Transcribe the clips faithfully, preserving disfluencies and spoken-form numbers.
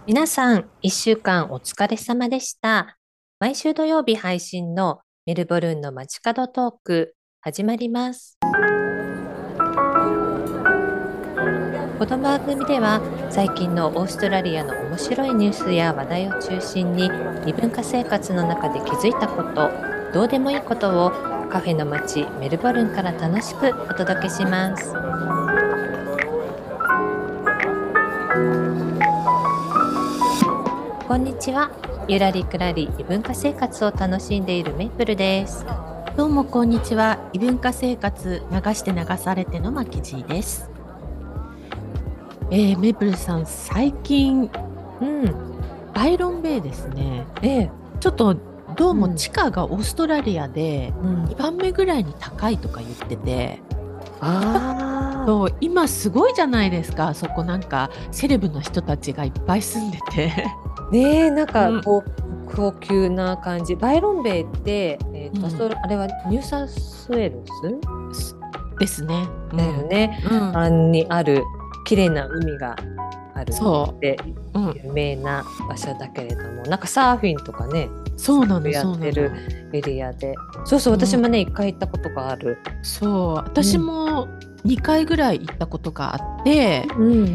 皆さん、一週間お疲れ様でした。毎週土曜日配信のメルボルンの街角トーク、始まります。この番組では、最近のオーストラリアの面白いニュースや話題を中心に、異文化生活の中で気づいたこと、どうでもいいことをカフェの街メルボルンから楽しくお届けします。こんにちは。ゆらりくらり異文化生活を楽しんでいるメイプルです。 どうもこんにちは。異文化生活流して流されてのマキジーです。えー、メイプルさん、最近、うん、バイロンベイですね。えー、ちょっとどうも地価がオーストラリアでにばんめぐらいに高いとか言ってて、うん、あそう今すごいじゃないですか。そこなんかセレブの人たちがいっぱい住んでてねえ、なんかこう、うん、高級な感じ。バイロンベイって、えーとうん、あれはニューサウスウェールズですね。 だよね。うん、あにある綺麗な海があるって有名な場所だけれども、うん、なんかサーフィンとかね、 そうなのやってるエリアで、そうそう、私もね、一回行ったことがある。 そう、私もにかいぐらい行ったことがあって、うんうん、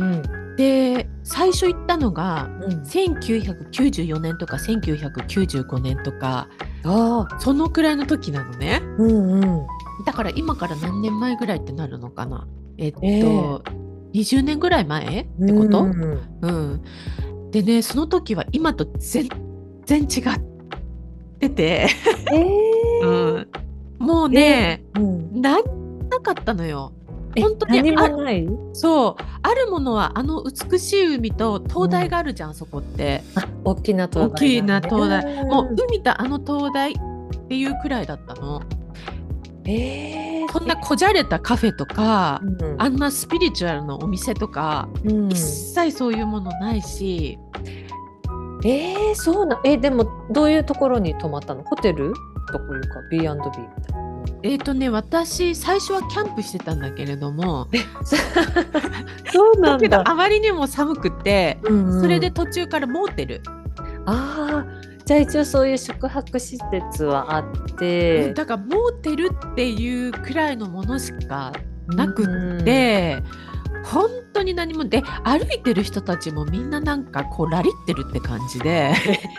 で最初行ったのが、うん、せんきゅうひゃくきゅうじゅうよねんとかせんきゅうひゃくきゅうじゅうごねんとか、あそのくらいの時なのね、うんうん、だから今から何年前ぐらいってなるのかな、えっと、えー、にじゅうねんぐらい前ってこと、うんうん、でね、その時は今と全然違ってて、えーうん、もうね、えーうん、なんなかったのよ。本当に何もない？ そう、あるものはあの美しい海と灯台があるじゃん、うん、そこって。 あ、大きな灯台、ね、 大きな灯台、もう海とあの灯台っていうくらいだったの。えー、そんなこじゃれたカフェとか、うん、あんなスピリチュアルのお店とか、うん、一切そういうものないし。 えー、そうな、え、でもどういうところに泊まったの？ホテルというか ビーアンドビー みたいな。 えーとね、私最初はキャンプしてたんだけれどもそうなんだ。 だけどあまりにも寒くて、うんうん、それで途中からモーテル。 ああ、じゃあ一応そういう宿泊施設はあって、 うん、だからモーテルっていうくらいのものしかなくって、うん、本当に何もで、歩いてる人たちもみんななんかこうラリってるって感じで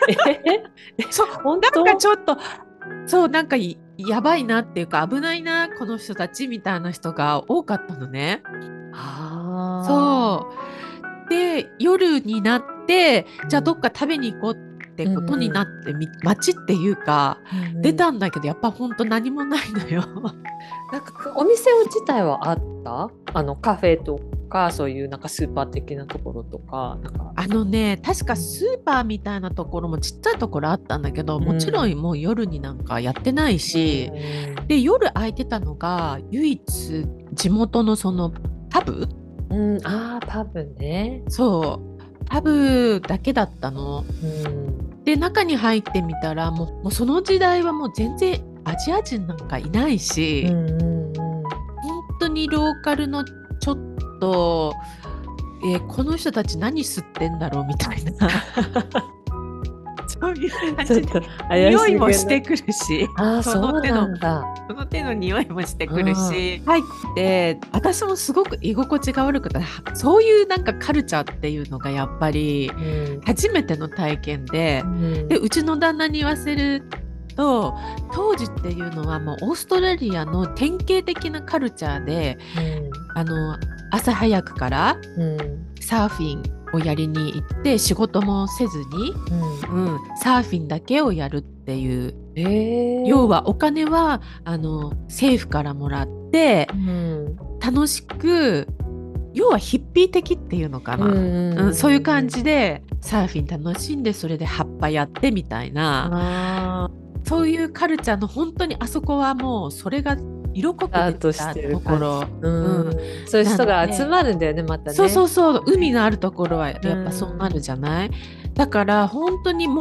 そうなんかちょっとそうなんかやばいなっていうか危ないなこの人たちみたいな人が多かったのね。あそうで夜になってじゃあどっか食べに行こうってことになって、うん、街っていうか、うん、出たんだけどやっぱほんと何もないのよなんかお店自体はあった？あのカフェとかそういうなんかスーパー的なところとか、なんかあのね確かスーパーみたいなところもちっちゃいところあったんだけど、うん、もちろんもう夜になんかやってないし、うん、で夜空いてたのが唯一地元のそのパブ、 うん、あーパブね、 そうパブだけだったの、うん、で中に入ってみたらもう、もうその時代はもう全然アジア人なんかいないし、うんうんうん、本当にローカルのちょっと、えー、この人たち何吸ってんだろうみたいなそういう感じで匂いもしてくるし、 あその手のその手の匂いもしてくるし、入って私もすごく居心地が悪くて、そういうなんかカルチャーっていうのがやっぱり初めての体験で、うん、でうちの旦那に言わせると当時っていうのはもうオーストラリアの典型的なカルチャーで、うん、あの朝早くから、うん、サーフィンをやりに行って仕事もせずに、うんうん、サーフィンだけをやるっていう、えー、要はお金はあの政府からもらって、うん、楽しく要はヒッピー的っていうのかな、うんうん、そういう感じでサーフィン楽しんでそれで葉っぱやってみたいな、そういうカルチャーの本当にあそこはもうそれが色濃く出たところ、 うんうん、そういう人が集まるんだよね、またね。 そうそうそう、海のあるところはやっぱそうなるじゃない、うん、だから本当にもう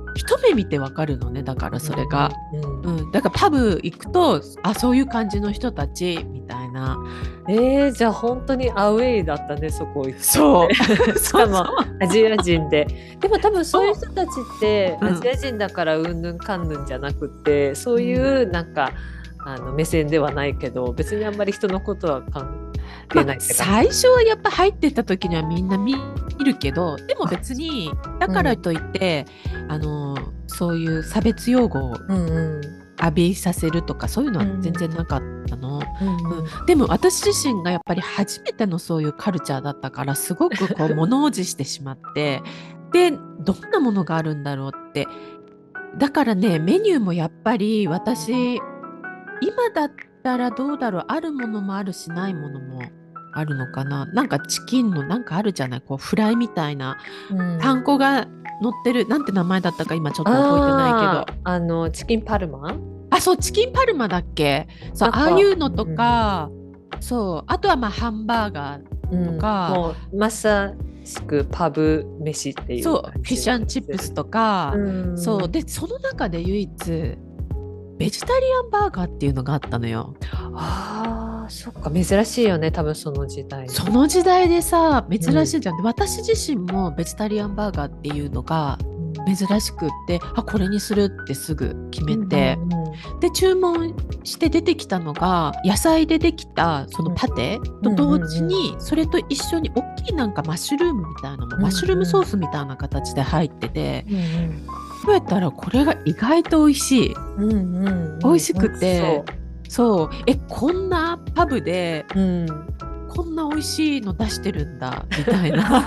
一目見てわかるのね。だからそれが、 うんうんうん、だからパブ行くと、あ、そういう感じの人たちみたいな。 えー、じゃあ本当にアウェイだったね、そこ行って。 そうしかもアジア人で。でも多分そういう人たちってうんアジア人だからうんぬんかんぬんじゃなくて、そういうなんかあの目線ではないけど、別にあんまり人のことは関係ないまあ、 って感最初はやっぱ入ってった時にはみんな見るけど、でも別にだからといって、うん、あのそういう差別用語を浴びさせるとか、そういうのは全然なかったの、うんうんうん、でも私自身がやっぱり初めてのそういうカルチャーだったから、すごくこう物おじしてしまってでどんなものがあるんだろうって。だからね、メニューもやっぱり私今だったらどうだろう、あるものもあるしないものもあるのかな。なんかチキンのなんかあるじゃない、こうフライみたいな、うん、パン粉が乗ってる、なんて名前だったか今ちょっと覚えてないけど、 あのチキンパルマ、 あ、そう、チキンパルマだっけ。そう、ああいうのとか、うん、そうあとはまあハンバーガーとか、 うん、もうまさしくパブ飯っていうそう、フィッシュ&チップスとか、うん、そうでその中で唯一ベジタリアンバーガーっていうのがあったのよ。 あー、そっか、珍しいよね、多分その時代。 その時代でさ、珍しいじゃん、うん、私自身もベジタリアンバーガーっていうのが珍しくって、あ、これにするってすぐ決めて、うんうんうん、で注文して出てきたのが野菜でできたそのパテと同時に、それと一緒に大きいなんかマッシュルームみたいなのも、うんうん、マッシュルームソースみたいな形で入ってて、うんうん、食べたらこれが意外と美味しい、うんうんうん、美味しくて、そう、え、こんなパブで、うん、こんな美味しいの出してるんだみたいな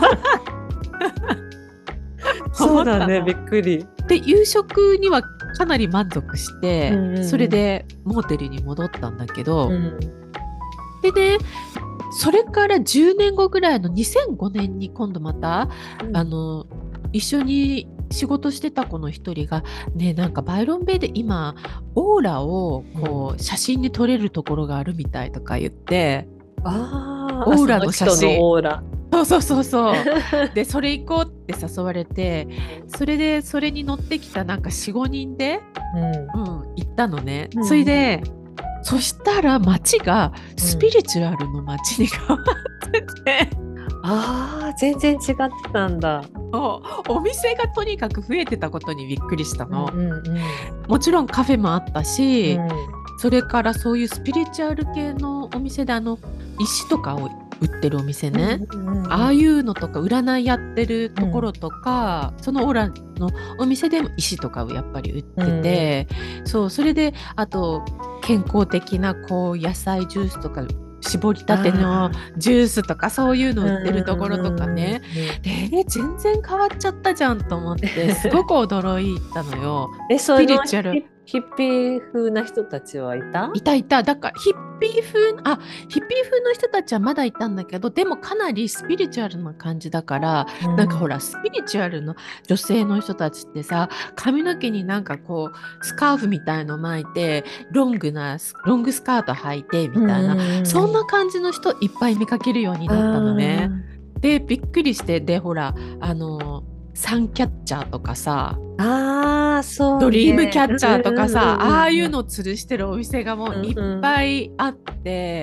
そうだね、びっくり。 で夕食にはかなり満足して、うんうん、それでモーテルに戻ったんだけど、うん、でね、それからじゅうねんごぐらいのにせんごねんに今度また、うん、あの一緒に仕事してた子の一人がね、なんかバイロンベイで今オーラをこう写真に撮れるところがあるみたいとか言って、 あ、 オーラの写真、 その人のオーラ、 そうそうそうそうでそれ行こうって誘われて、それでそれに乗ってきたなんか よん,ご 人で、うんうん、行ったのね、うん、それでそしたら街がスピリチュアルの街に変わってて、うん、 あー、全然違ってたんだ。 お, お店がとにかく増えてたことにびっくりしたの、うんうんうん、もちろんカフェもあったし、うん、それからそういうスピリチュアル系のお店であの石とかを売ってるお店ね、うんうんうん、ああいうのとか占いやってるところとか、うん、そのオーラのお店でも石とかをやっぱり売ってて、うん、そう、それであと健康的なこう野菜ジュースとか絞りたてのジュースとかそういうの売ってるところとかね、で全然変わっちゃったじゃんと思ってすごく驚いたのよ。 え、スピリチュアルヒッピー風な人たちはいた？ いたいた。だからヒッピー風あヒッピー風の人たちはまだいたんだけど、でもかなりスピリチュアルな感じだから、うん、なんかほらスピリチュアルの女性の人たちってさ、髪の毛になんかこうスカーフみたいの巻いてロングなロングスカート履いてみたいな、うん、そんな感じの人いっぱい見かけるようになったのね。でびっくりして、でほらあのサンキャッチャーとかさ、 あー、そうね、 ドリームキャッチャーとかさ、ああいうのを吊るしてるお店がもういっぱいあって、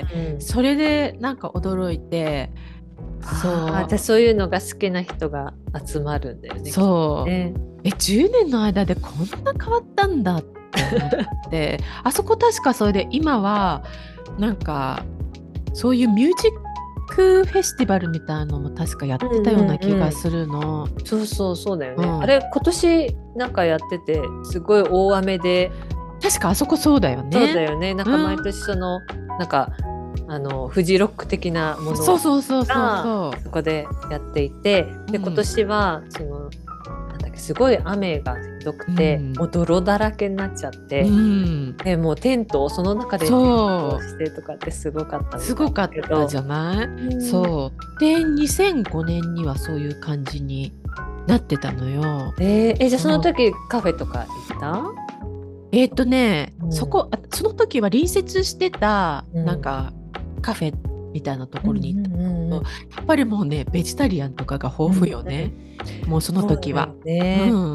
うんうん、それでなんか驚いて、 そう、あ、じゃあそういうのが好きな人が集まるんだよね。 そう、 ね、 えじゅうねんの間でこんな変わったんだって思ってあそこ確かそれで今はなんかそういうミュージックフェスティバルみたいなのも確かやってたような気がするの、うんうんうん、 そうそうそうだよね、うん、あれ今年なんかやっててすごい大雨で、 確かあそこそうだよね。 そうだよね、なんか毎年その、うん、なんかあのフジロック的なものがそうそうそうそうそこでやっていて、で今年はそのなんだっけ、すごい雨がひどくて、うん、もう泥だらけになっちゃって、うん、でもうテントをその中でテントをしてとかってすごかったんだけど、 すごかったじゃない、うん、そうでにせんごねんにはそういう感じになってたのよ。 えー、えじゃあその時カフェとか行った？ えーっとね、うん、そこその時は隣接してたなんかカフェみたいなところに行ったけど、うんうんうん、やっぱりもうねベジタリアンとかが豊富よね、うんうん、もうその時は、 ね、 うん、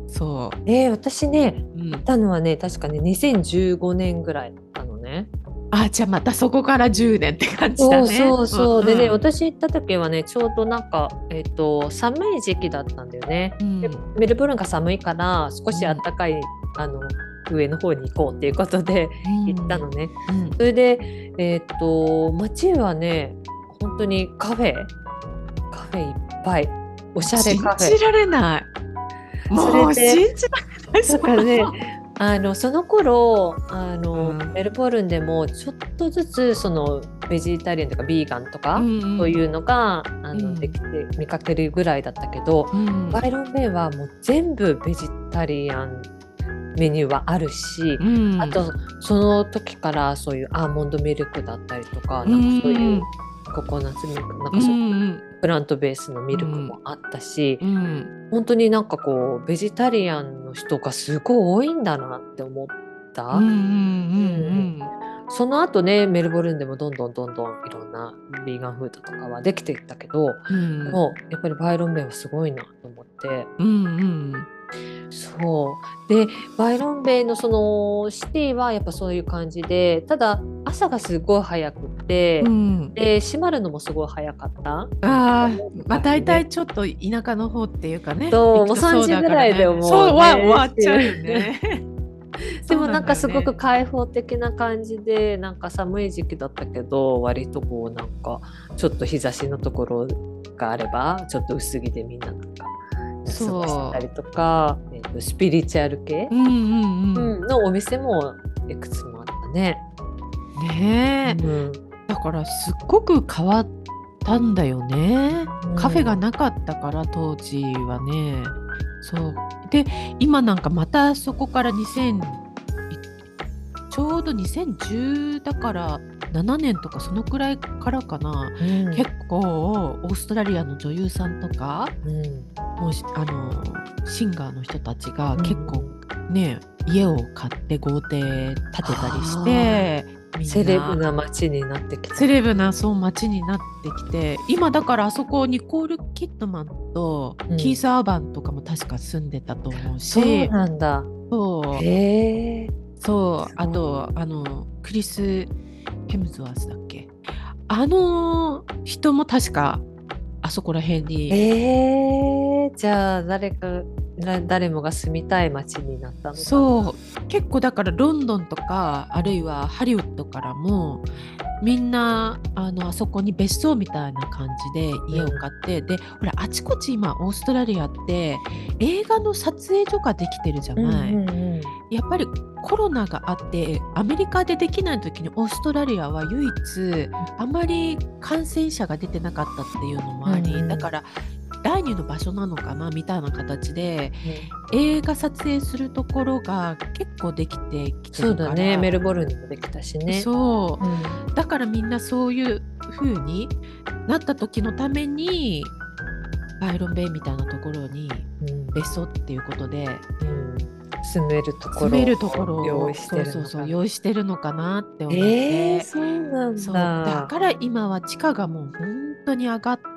そう。 えー、私ね、 うん、 行ったのはね、確かね、にせんじゅうごねんぐらいだったのね。 あ、じゃあまたそこからじゅうねんって感じだそうね。 そううんそう。でね、 うん。 私行った時はね、ちょうどなんか、えっと、寒い時期だったんだよね。で、 うんメルボルンが寒いから、少し暖うんかい、あの、上の方に行こうっていうことで行ったうんのね。 うんそれで、えっと、街はね、本当にカフェ、カフェいっぱい。おしゃれ信カフェ。 じられない。 それもうで、 信じられない。 なんかね、あのその頃あのうんメルボルンでもちょっとずつそのベジタリアンとかビーガンとうかそういんうのがあうんのできて見かけるぐらいだったけど、 うんバイロンベイはもう全部ベジタリアンメニューはあるし、 うんあとその時からそういうアーモンドミルクだったりとか、 うなんかそういうんココナッツミルクなんうかそうんプラントベースのミルクもあったし、 うん本当になんかこうベジタリアンの人がすごい多いんだなって思った。 うんううんんその後ねメルボルンでもどんどんどんどんいろんなビーガンフードとかはできていったけど、 うんでもやっぱりバイロンベイはすごいなと思って。 うんうんそうでバイロンベイのそのシティはやっぱそういう感じで、ただ朝がすごい早くってうんで閉まるのもすごい早かった。あのああ、まあ大ね体ちょっと田舎の方っていうかね、 そうもう3 行くとそう時ぐらいでだからね。そうはもうね終わっちゃうよね。 でそうなんもなんかすごだよね。 く開放的な感じで、なんか寒い時期だったけど割とこうなんかちょっと日差しのところがあればちょっと薄着でみんななんか過ごしてたりそとか、えーとスピリチュアル系、 う。うんうんうん。 うんのお店もいくつもあったね。 ねえ。 うん、 だからすっごく変わったんだよね。 うんカフェがなかったから当時はね。そうで今なんかまたそこからにせんいちょうどにせんじゅうだからななねんとかそのくらいからかな、 うん結構オーストラリアの女優さんとかうんもうしあのシンガーの人たちがうん結構ね、家を買って豪邸建てたりしてみセんなレブな街になってきた。 セレブなそう街になってきて、今だからあそこニコール・キッドマンとうんキース・アーバンとかも確か住んでたと思うそうし、 なんだ。 そうへえ。 そうあとあのクリス・ヘムズワースだっけ、あの人も確かあそこら辺に、 えー、じゃあ誰かだ誰もが住みたい街になったのかな。 そう結構だからロンドンとかあるいはハリウッドからもみんなあのあそこに別荘みたいな感じで家を買って、でほらあちこち今オーストラリアって映画の撮影所ができてるじゃうんない、 うんうんやっぱりコロナがあってアメリカでできない時にオーストラリアは唯一あまり感染者が出てなかったっていうのもあり、 うんうんだから第二の場所なのかなみたいな形で映画撮影するところが結構できてきてそうるから、 だねメルボルンにもできたしね。 そううんだからみんなそういう風になった時のためにバイロンベイみたいなところにうん別荘っていうことでうん住めるところ住めるところをを用意してるのかそうそうそう用意してるのかなって思って、 えー、そうなんそうだだ。 から今は地価がもう本当に上がって、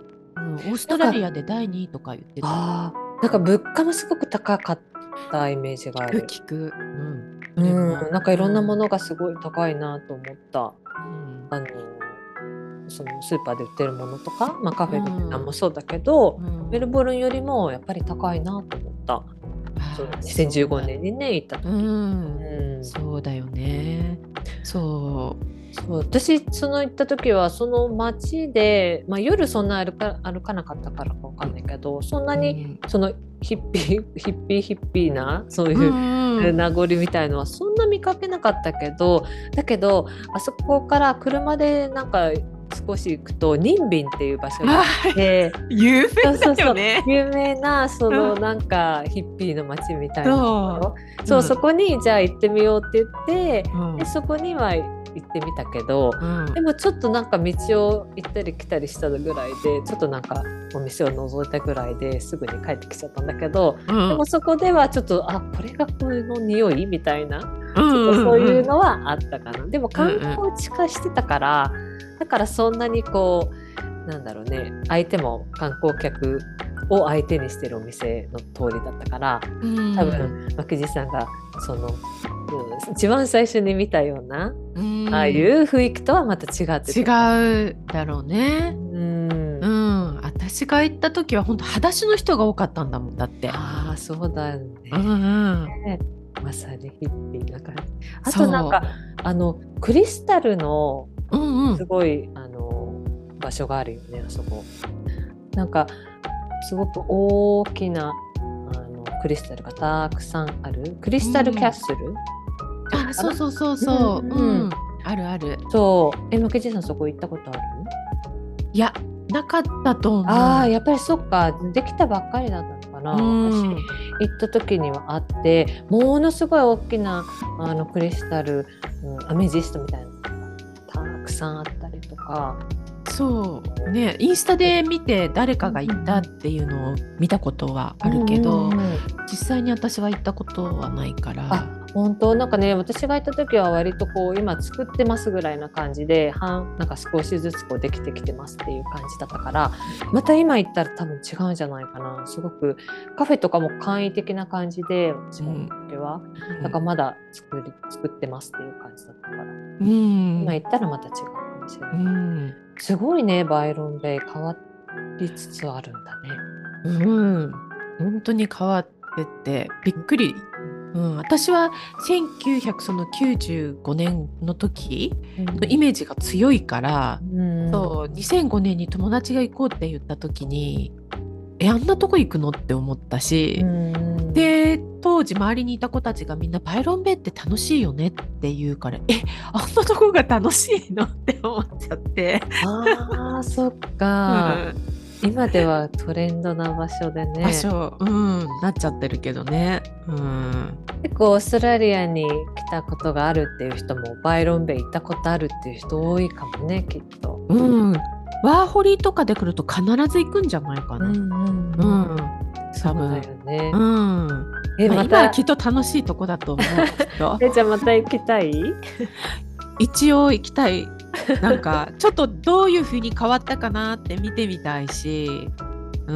うん、オーストラリアでだいにいとか言ってた。 あーなんか物価もすごく高かったイメージがある。 聞く、うんうそれもん、なんかいろんなものがすごい高いなと思った。 うんあのそのスーパーで売ってるものとか、まあ、カフェでなんもそうだけど、 うんメルボルンよりもやっぱり高いなと思った。そうあーにせんじゅうごねんにね行った時。 うんうんそうだよね。そうそう私その行った時はその街で、まあ、夜そんな歩か、歩かなかったからかわかんないけどそんなにそのヒッピーヒッピーヒッピーなそういう、 うん名残みたいのはそんな見かけなかったけど、だけどあそこから車でなんか少し行くとニンビンっていう場所があって有名そうそうそうだよね。 有名なそのうんなんかヒッピーの街みたいなところそうそう、 うんそこにじゃあ行ってみようって言ってうんでそこには行ってみたけど、 うんでもちょっとなんか道を行ったり来たりしたぐらいでちょっとなんかお店を覗いたぐらいですぐに帰ってきちゃったんだけど、 うんでもそこではちょっとあこれがこの匂いみたいなちうんょっとそういうのはあったかな。でも観光地化してたからだからそんなにこうなんだろうね相手も観光客を相手にしてるお店の通りだったから、うん、多分牧地さんがその、うん、一番最初に見たような、うん、ああいう雰囲気とはまた違って違うだろうね。うん、うん、私が行った時は本当裸足の人が多かったんだもん。だって。 ああ、そうだよね。うんうん、まさにヒッピーな感じ。あとなんかあのクリスタルのすごい、うんうん、あの場所があるよね、あそこ。なんかすごく大きなあのクリスタルがたくさんあるクリスタルキャッスル、うん、 あ、そうそうそうそう、うんうんうん、あるある。 そう、え、まけじさんそこ行ったことある？ いや、なかったと思う。 ああ、やっぱりそっか、できたばっかりだったのかな、うん、私行った時にはあって、ものすごい大きなあのクリスタル、うん、アメジストみたいなのがたくさんあったりとか。 そうね、インスタで見て誰かが行ったっていうのを見たことはあるけど、うんうんうん、実際に私は行ったことはないから。 あ、本当なんかね、私が行った時は割とこう今作ってますぐらいな感じで、半なんか少しずつこうできてきてますっていう感じだったから、また今行ったら多分違うんじゃないかな。すごくカフェとかも簡易的な感じで、私の時は、うん、だからまだ作り作ってますっていう感じだったから、うん、今行ったらまた違うかもしれない。うん、すごいね、バイロンベイ変わりつつあるんだね。 うん、本当に変わっててびっくり。うん、私はせんきゅうひゃくきゅうじゅうごねんの時のイメージが強いから、うん、そうにせんごねんに友達が行こうって言った時にえあんなとこ行くのって思ったし、うん、で当時周りにいた子たちがみんなバイロンベイって楽しいよねって言うから、えあんなとこが楽しいのって思っちゃって。 あーそっか、うん、今ではトレンドな場所でね、 場所、うん、なっちゃってるけどね、うん、 結構オーストラリアに来たことがあるっていう人もバイロンベイ行ったことあるっていう人多いかもね、きっと。 うん、ワーホリとかで来ると必ず行くんじゃないかな。うんうんうんうん、 そうだよね。 うん、え、まあ、また今はきっと楽しいとこだと思う。 え、じゃあまた行きたい？ 一応行きたい。なんかちょっとどういう風に変わったかなって見てみたいし、うん、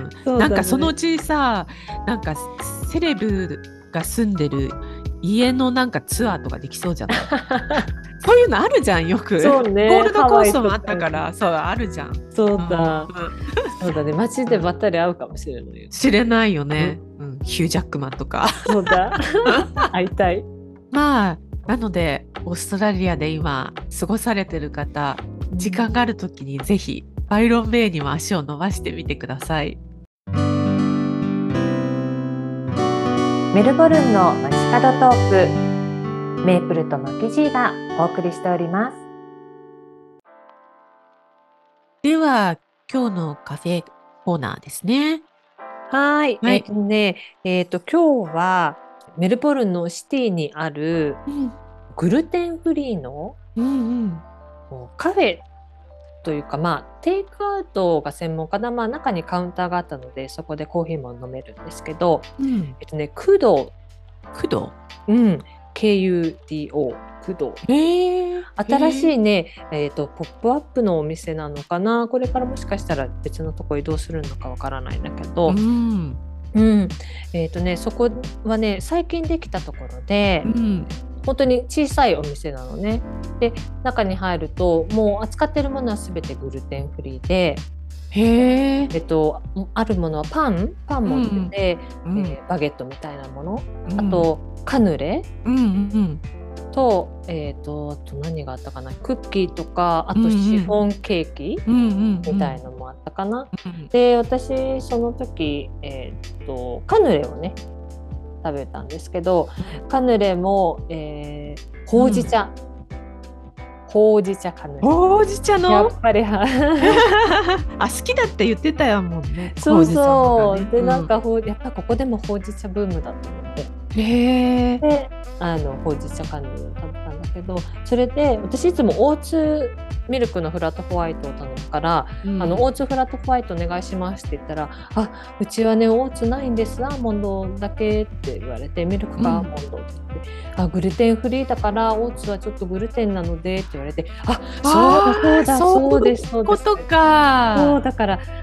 ね、なんかそのうちさ、なんかセレブが住んでる家のなんかツアーとかできそうじゃない？そういうのあるじゃん、よく。 そうね、 ゴールドコーストもあったから、そうあるじゃん。 そうだ、うん、そうだね、街でばったり会うかもしれないよ。 知れないよね、うんうん、ヒュージャックマンとか。 そうだ会いたい。 まあなのでオーストラリアで今過ごされてる方、時間がある時にぜひバイロンベイにも足を伸ばしてみてください。 メルボルンの街角トーク、メープルとマキジーがお送りしております。 では今日のカフェコーナーですね。 はい、はい、えっとね、えっと今日はメルボルンのシティにあるグルテンフリーのカフェというか、まあテイクアウトが専門かな、まあ、中にカウンターがあったのでそこでコーヒーも飲めるんですけど、うん、えっとねクドクド、 うん、ケーユーディーオー クド、えー、新しいね、えーと、ポップアップのお店なのかな。これからもしかしたら別のとこ移動するのかわからないんだけど、うんうん、えーとね、そこはね最近できたところで、うん、本当に小さいお店なのね。で中に入るともう扱ってるものは全てグルテンフリーで、へー、えっと、あるものはパンパンも売ってて、うんえー、バゲットみたいなもの、うん、あとカヌレ、うんうんうんと、えーと、と何があったかな、クッキーとかあとシフォンケーキみたいのもあったかな、うんうんうん、で私その時、えーと、カヌレをね食べたんですけど、カヌレも、えー、ほうじ茶、うん、ほうじ茶カヌレ、 ほうじ茶のやっぱりあ好きだって言ってたやもんね。 そうそう、ね、でなんかほうやっぱここでもほうじ茶ブームだったので、へー、であのほうじ茶カヌレを食べたんだけど、それで私いつもオーツミルクのフラットホワイトを頼むから、うん、あのオーツフラットホワイトお願いしますって言ったら、あうちはねオーツないんです、アーモンドだけって言われて、ミルクかアーモンドって言って、うん、あグルテンフリーだからオーツはちょっとグルテンなのでって言われて、あそうだそうだそうですそうです、 ことか、 そうだから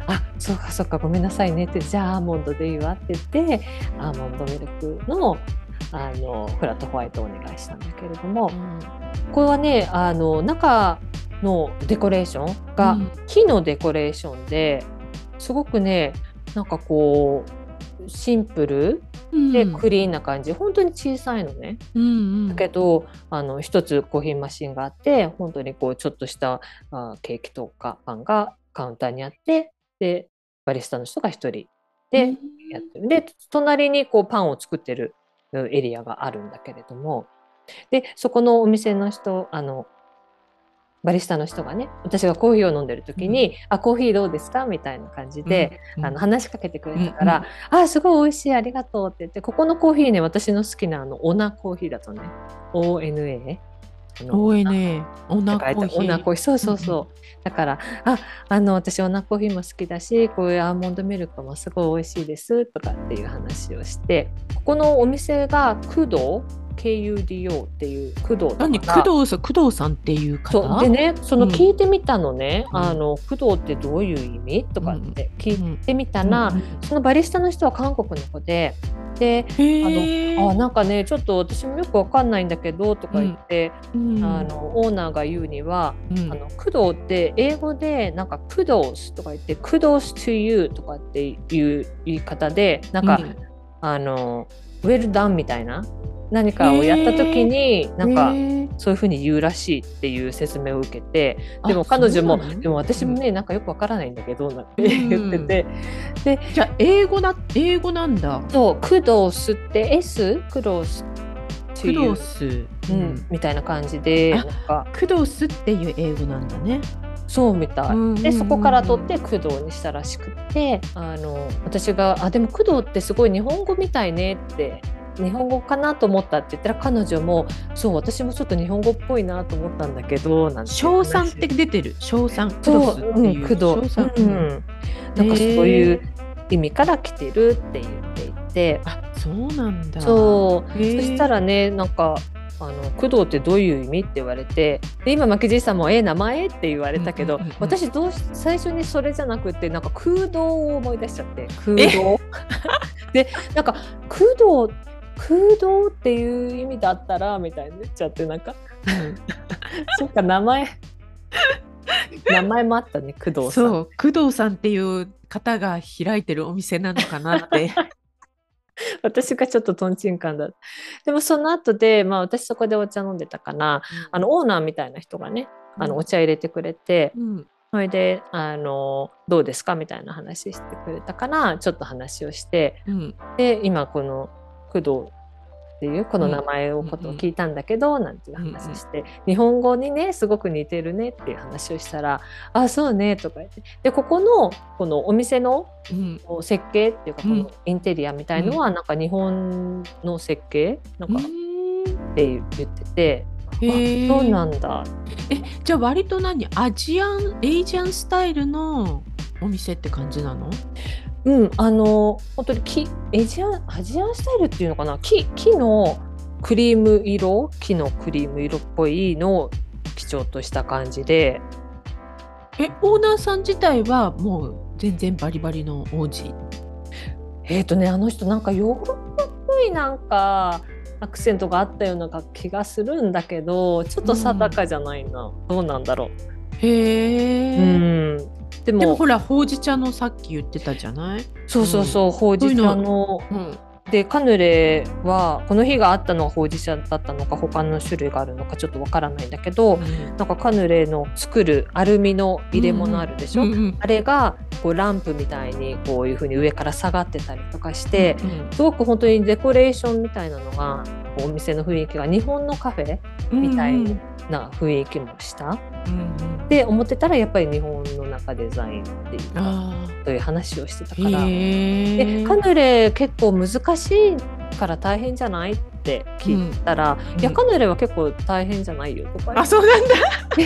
あ、そうかそうか、ごめんなさいねって、じゃあアーモンドでいいわって言ってアーモンドミルクの、あのフラットホワイトをお願いしたんだけれども、うん、これはね、あの中のデコレーションが木のデコレーションですごくね、なんかこうシンプルでクリーンな感じ、うん、本当に小さいのね、うんうん、だけどあの一つコーヒーマシンがあって、本当にこうちょっとしたあケーキとかパンがカウンターにあって、でバリスタの人が一人でやってる、で隣にこうパンを作ってるエリアがあるんだけれども、でそこのお店の人、あのバリスタの人がね、私がコーヒーを飲んでる時に、うん、あ、コーヒーどうですかみたいな感じで、うん、あの話しかけてくれたから、うん、あ、すごい美味しい、ありがとうって言って、ここのコーヒーね、私の好きなあのオナコーヒーだとね、 オーエヌエーオーエヌエー オナコーヒー、 オナコーヒー、そうそうそう、うん、だからああの私オナコーヒーも好きだし、こういうアーモンドミルクもすごい美味しいですとかっていう話をして、ここのお店がクドケーユーディーオー っていう工藤だから、 何工藤さん、工藤さんっていう方そうでね、その聞いてみたのね、うん、あの工藤ってどういう意味とかって聞いてみたら、うんうん、そのバリスタの人は韓国の子で、であのあなんかね、ちょっと私もよくわかんないんだけどとか言って、うん、あのオーナーが言うには、うん、あの工藤って英語でなんかクドースとか言って、クドース to you とかっていう言い方で、なんか、うん、あのウェルダンみたいな何かをやった時になんかそういう風に言うらしいっていう説明を受けて、でも彼女も、ね、でも私もね、なんかよくわからないんだけどなんて言ってて、 うん、でじゃあ英語な英語なんだ。 そうクドースって S クドースクドース、 うんうん、みたいな感じで、なんかクドースっていう英語なんだね。 そうみたい、うんうんうん、でそこから取って工藤にしたらしくて、あの私があでも工藤ってすごい日本語みたいねって、日本語かなと思ったって言ったら、彼女もそう私もちょっと日本語っぽいなと思ったんだけど、なんて賞賛って出てる、賞賛クドスっていう工藤、うん、なんかそういう意味から来てるって言っていて、 あそうなんだ。 そうそしたらね、なんかあの工藤ってどういう意味って言われて、で今巻きじいさんもえ名前って言われたけど、うんうんうんうん、私どうし最初にそれじゃなくてなんか空洞を思い出しちゃって、空洞でなんか工藤空洞っていう意味だったらみたいに言っちゃって、なんかそっか名前名前もあったね、工藤さん。 そう工藤さんっていう方が開いてるお店なのかなって私がちょっとトンチンカンだ。でもその後で、まあ、私そこでお茶飲んでたかな、うん、あのオーナーみたいな人がね、あのお茶入れてくれて、うん、それであのどうですかみたいな話してくれたからちょっと話をして、うん、で今この工藤っていうこの名前をことを聞いたんだけど、うん、なんていう話して、うん、日本語にねすごく似てるねっていう話をしたら、あそうねとか言って、でここのこのお店の設計っていうか、このインテリアみたいのはなんか日本の設計なんかって言ってて、うん、あそうなんだ。 えじゃあ割と何アジアンエイジアンスタイルのお店って感じなの？ うん、あの本当に木エジアンアジアンスタイルっていうのかな、木木のクリーム色木のクリーム色っぽいのを基調とした感じで、 えオーナーさん自体はもう全然バリバリの王子？ えっとねあの人なんかヨーロッパっぽいなんかアクセントがあったような気がするんだけど、ちょっと定かじゃないな、うん、どうなんだろう。 へー、うんでも、 でもほらほうじ茶のさっき言ってたじゃない？ そうそうそう、うん、ほうじ茶の、うん、でカヌレはこの日があったのはほうじ茶だったのか他の種類があるのかちょっとわからないんだけど、うん、なんかカヌレの作るアルミの入れ物あるでしょ、うんうん、あれがこうランプみたいにこういう風に上から下がってたりとかして、うんうん、すごく本当にデコレーションみたいなのがお店の雰囲気が日本のカフェみたいな雰囲気もした、うんうん、で思ってたらやっぱり日本の中デザインっていうかという話をしてたから、でカヌレ結構難しいから大変じゃないって聞いたら、うん、いやカヌレは結構大変じゃないよとか、 あそうなんだ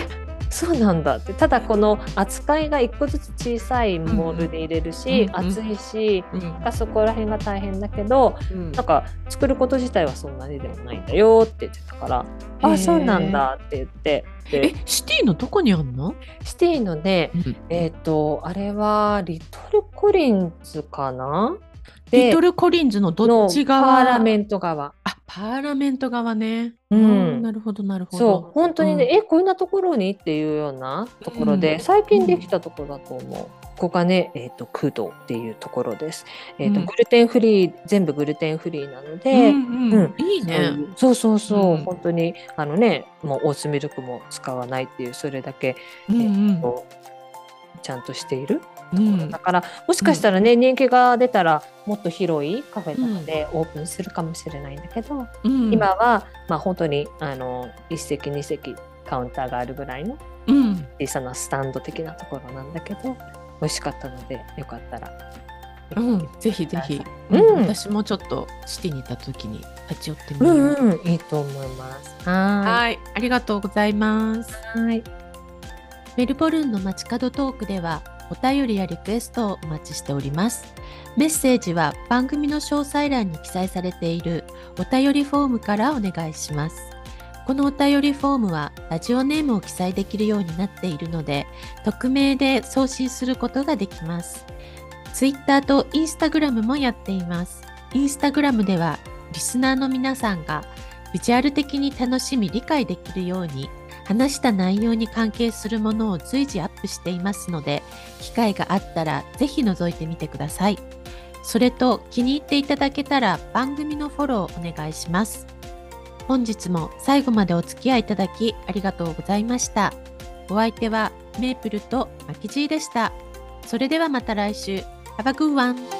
そうなんだって。ただこの扱いがいっこずつ小さいモールで入れるし、 うんうん厚いし、 うんなんかそこら辺が大変だけど、 うんなんか作ること自体はそんなにでもないんだよって言ってたから、 へーあ、そうなんだって言って。 えで、 シティのどこにあんの？ シティのね、 うんえっと、あれはリトルコリンズかなで、 リトルコリンズのどのっちパ側？ ーラメント側。 あ、パーラメント側ね。 ううんん。 なるほど、なるほそう、 ど。 本当にね、 うんえ、こんなところにっていうようなところで、 うん最近できたところだと思う。ここがね、えっと、クドっていうところです。えっと、 うんグルテンフリー、全部グルテンフリーなのうで、 んうん、いいそうね。 いうそうそうそう、 うん本当に、あのね、もうオーツミルクも使わないっていう、それだけ、 うんえっうんと、ちゃんとしているうんだから、もしかしたらね、人気が出たら、もっと広いカフェとかでオープンするかもしれないんだけど、 うん今は、まあ、本当にあのいっ席に席カウンターがあるぐらいのうん小さなスタンド的なところなんだけど、美味しかったのでよかったら、 うんぜひぜひ、 うんうん私もちょっとシティに行った時に立ち寄ってみうよう。 んうん、いいと思います。ははい、ありがとうございます。 ーい。はい。 メルボルンの街角トークではお便りやリクエストをお待ちしております。メッセージは番組の詳細欄に記載されているお便りフォームからお願いします。このお便りフォームはラジオネームを記載できるようになっているので、匿名で送信することができます。Twitter と Instagram もやっています。Instagram ではリスナーの皆さんがビジュアル的に楽しみ理解できるように話した内容に関係するものを随時アップしていますので、機会があったらぜひ覗いてみてください。それと気に入っていただけたら番組のフォローお願いします。本日も最後までお付き合いいただきありがとうございました。お相手はメープルとマキジーでした。それではまた来週。Have a good one!